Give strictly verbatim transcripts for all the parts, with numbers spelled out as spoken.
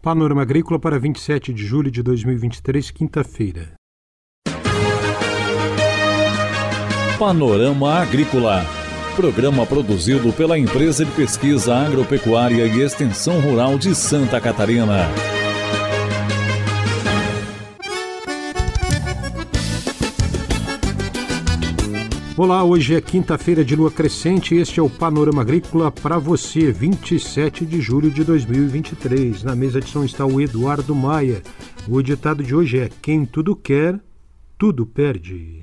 Panorama Agrícola para vinte e sete de julho de dois mil e vinte e três, quinta-feira. Panorama Agrícola. Programa produzido pela Empresa de Pesquisa Agropecuária e Extensão Rural de Santa Catarina. Olá, hoje é quinta-feira de lua crescente e este é o Panorama Agrícola para você, vinte e sete de julho de dois mil e vinte e três. Na mesa de som está o Eduardo Maia. O ditado de hoje é: quem tudo quer, tudo perde.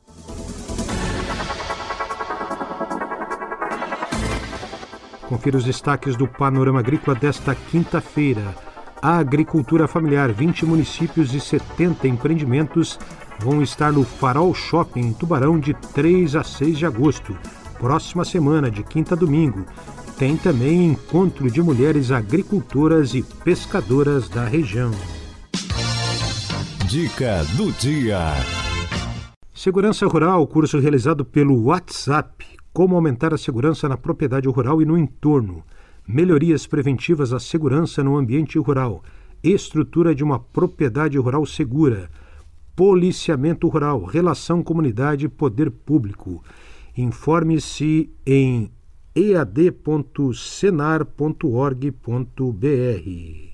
Confira os destaques do Panorama Agrícola desta quinta-feira. A agricultura familiar, vinte municípios e setenta empreendimentos vão estar no Farol Shopping em Tubarão de três a seis de agosto. Próxima semana, de quinta a domingo, tem também encontro de mulheres agricultoras e pescadoras da região. Dica do dia. Segurança Rural, curso realizado pelo WhatsApp. Como aumentar a segurança na propriedade rural e no entorno. Melhorias preventivas à segurança no ambiente rural. Estrutura de uma propriedade rural segura. Policiamento rural, relação comunidade e poder público. Informe-se em e a d ponto senar ponto org ponto b r.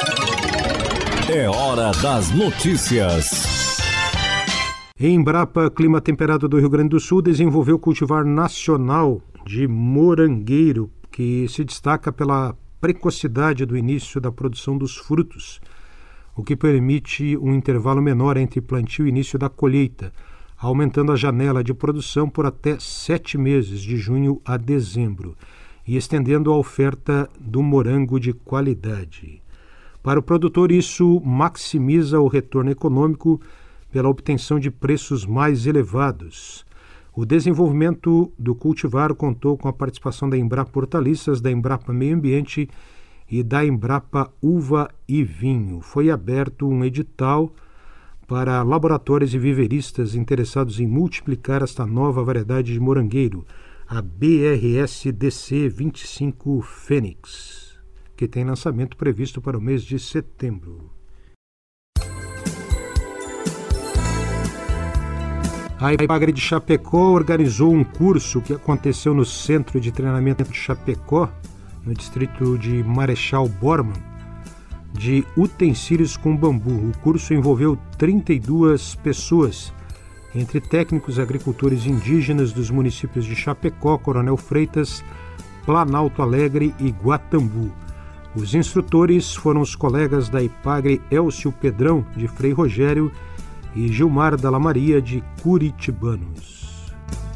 É hora das notícias. Embrapa Clima Temperado do Rio Grande do Sul desenvolveu cultivar nacional de morangueiro, que se destaca pela precocidade do início da produção dos frutos, o que permite um intervalo menor entre plantio e início da colheita, aumentando a janela de produção por até sete meses, de junho a dezembro, e estendendo a oferta do morango de qualidade. Para o produtor, isso maximiza o retorno econômico pela obtenção de preços mais elevados. O desenvolvimento do cultivar contou com a participação da Embrapa Hortaliças, da Embrapa Meio Ambiente e da Embrapa Uva e Vinho. Foi aberto um edital para laboratórios e viveristas interessados em multiplicar esta nova variedade de morangueiro, a B R S D C vinte e cinco Fênix, que tem lançamento previsto para o mês de setembro. A Ipagre de Chapecó organizou um curso que aconteceu no Centro de Treinamento de Chapecó, no distrito de Marechal Bormann, de utensílios com bambu. O curso envolveu trinta e duas pessoas, entre técnicos agricultores indígenas dos municípios de Chapecó, Coronel Freitas, Planalto Alegre e Guatambu. Os instrutores foram os colegas da Ipagre Elcio Pedrão, de Frei Rogério, e Gilmar Dalla Maria, de Curitibanos.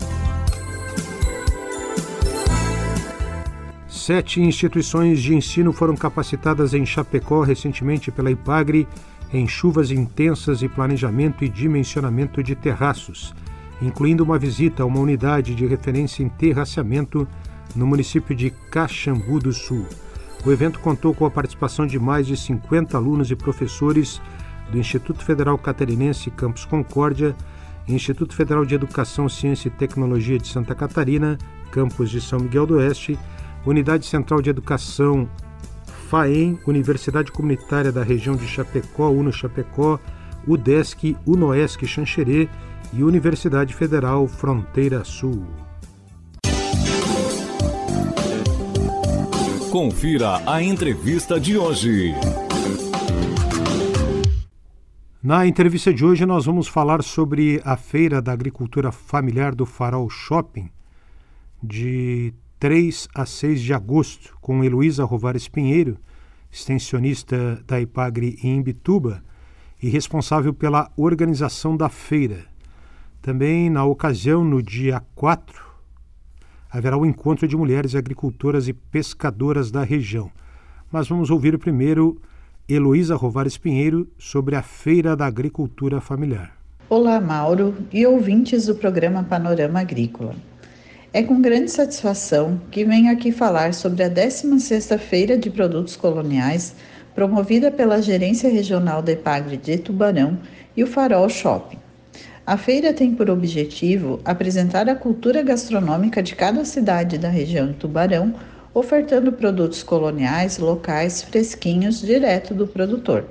Sete instituições de ensino foram capacitadas em Chapecó recentemente pela Ipagre em chuvas intensas e planejamento e dimensionamento de terraços, incluindo uma visita a uma unidade de referência em terraceamento no município de Caxambu do Sul. O evento contou com a participação de mais de cinquenta alunos e professores do Instituto Federal Catarinense Campus Concórdia, Instituto Federal de Educação, Ciência e Tecnologia de Santa Catarina, Campus de São Miguel do Oeste, Unidade Central de Educação FAEM, Universidade Comunitária da Região de Chapecó, UNO Chapecó, UDESC, UNOESC Xanxerê e Universidade Federal Fronteira Sul. Confira a entrevista de hoje. Na entrevista de hoje nós vamos falar sobre a Feira da Agricultura Familiar do Farol Shopping, de três a seis de agosto, com Heloísa Rovares Pinheiro, extensionista da Ipagre em Imbituba e responsável pela organização da feira. Também, na ocasião, no dia quatro, haverá o encontro de mulheres agricultoras e pescadoras da região. Mas vamos ouvir primeiro Heloísa Rovares Pinheiro sobre a Feira da Agricultura Familiar. Olá, Mauro e ouvintes do programa Panorama Agrícola. É com grande satisfação que venho aqui falar sobre a décima sexta Feira de Produtos Coloniais, promovida pela Gerência Regional da Ipagre de Tubarão e o Farol Shopping. A feira tem por objetivo apresentar a cultura gastronômica de cada cidade da região de Tubarão, ofertando produtos coloniais locais fresquinhos direto do produtor.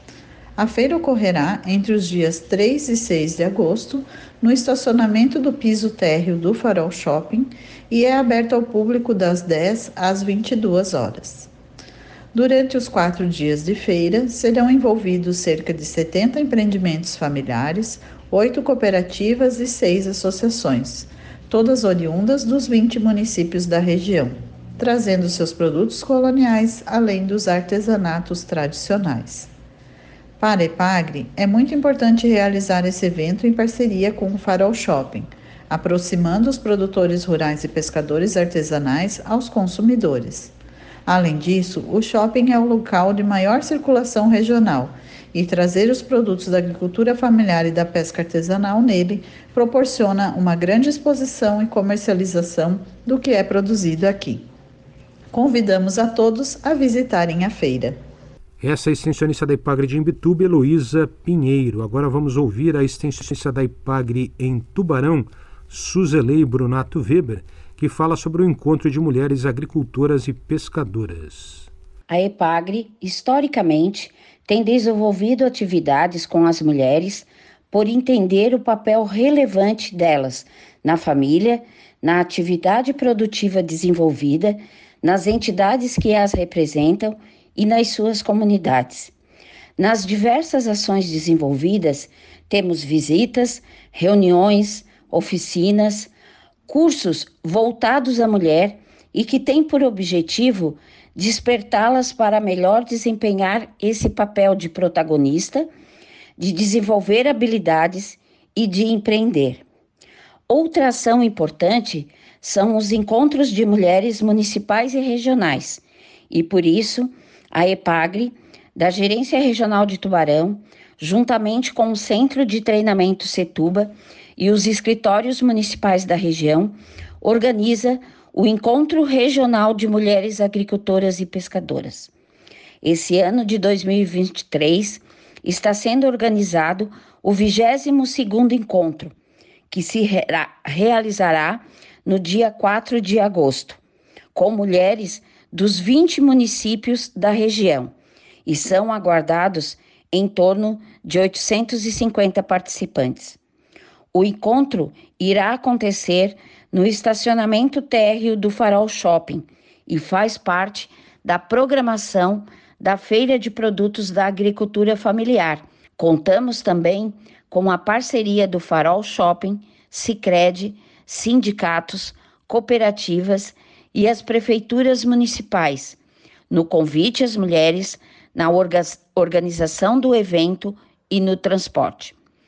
A feira ocorrerá entre os dias três e seis de agosto, no estacionamento do piso térreo do Farol Shopping e é aberta ao público das dez às vinte e duas horas. Durante os quatro dias de feira, serão envolvidos cerca de setenta empreendimentos familiares, oito cooperativas e seis associações, todas oriundas dos vinte municípios da região, trazendo seus produtos coloniais além dos artesanatos tradicionais. Para a EPAGRE, é muito importante realizar esse evento em parceria com o Farol Shopping, aproximando os produtores rurais e pescadores artesanais aos consumidores. Além disso, o shopping é o local de maior circulação regional e trazer os produtos da agricultura familiar e da pesca artesanal nele proporciona uma grande exposição e comercialização do que é produzido aqui. Convidamos a todos a visitarem a feira. Essa é a extensionista da EPAGRE de Imbituba, Heloísa Pinheiro. Agora vamos ouvir a extensionista da EPAGRE em Tubarão, Suzelei Brunato Weber, que fala sobre o encontro de mulheres agricultoras e pescadoras. A EPAGRE, historicamente, tem desenvolvido atividades com as mulheres por entender o papel relevante delas na família, na atividade produtiva desenvolvida, nas entidades que as representam e nas suas comunidades. Nas diversas ações desenvolvidas, temos visitas, reuniões, oficinas, cursos voltados à mulher e que têm por objetivo despertá-las para melhor desempenhar esse papel de protagonista, de desenvolver habilidades e de empreender. Outra ação importante são os encontros de mulheres municipais e regionais, e por isso a EPAGRE, da Gerência Regional de Tubarão, juntamente com o Centro de Treinamento Setuba e os escritórios municipais da região, organiza o Encontro Regional de Mulheres Agricultoras e Pescadoras. Esse ano de dois mil e vinte e três está sendo organizado o vigésimo segundo encontro, que se re- realizará no dia quatro de agosto, com mulheres dos vinte municípios da região, e são aguardados em torno de oitocentos e cinquenta participantes. O encontro irá acontecer no estacionamento térreo do Farol Shopping e faz parte da programação da Feira de Produtos da Agricultura Familiar. Contamos também com a parceria do Farol Shopping, Sicredi, sindicatos, cooperativas e as prefeituras municipais, no convite às mulheres, na orga- organização do evento e no transporte.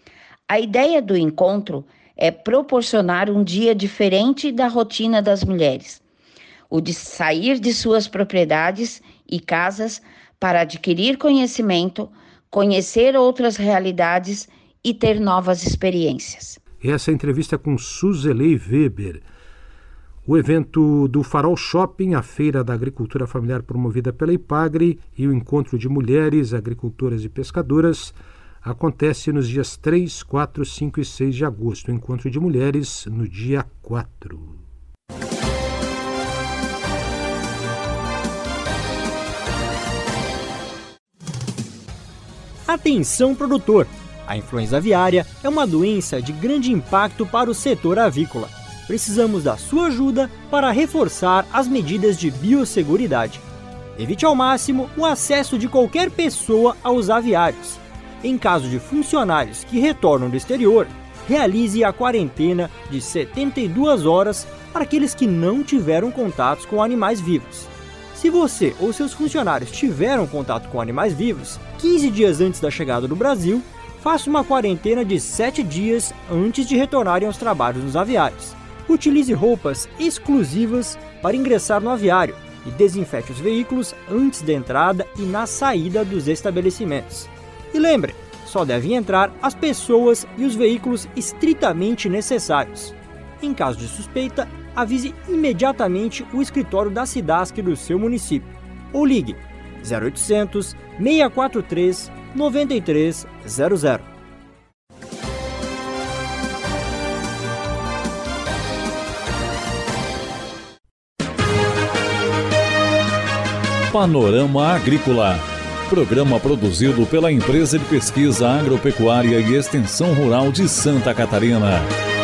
A ideia do encontro é proporcionar um dia diferente da rotina das mulheres, o de sair de suas propriedades e casas para adquirir conhecimento, conhecer outras realidades e ter novas experiências. Essa entrevista com Suzelei Weber. O evento do Farol Shopping, a Feira da Agricultura Familiar promovida pela EPAGRE e o Encontro de Mulheres, Agricultoras e Pescadoras acontece nos dias três, quatro, cinco e seis de agosto. O Encontro de Mulheres no dia quatro. Atenção, produtor! A influenza aviária é uma doença de grande impacto para o setor avícola. Precisamos da sua ajuda para reforçar as medidas de biosseguridade. Evite ao máximo o acesso de qualquer pessoa aos aviários. Em caso de funcionários que retornam do exterior, realize a quarentena de setenta e duas horas para aqueles que não tiveram contatos com animais vivos. Se você ou seus funcionários tiveram contato com animais vivos quinze dias antes da chegada do Brasil, faça uma quarentena de sete dias antes de retornarem aos trabalhos nos aviários. Utilize roupas exclusivas para ingressar no aviário e desinfete os veículos antes da entrada e na saída dos estabelecimentos. E lembre, só devem entrar as pessoas e os veículos estritamente necessários. Em caso de suspeita, avise imediatamente o escritório da SIDASC do seu município ou ligue zero oitocentos, seis quatro três, nove três zero zero. Panorama Agrícola, programa produzido pela Empresa de Pesquisa Agropecuária e Extensão Rural de Santa Catarina.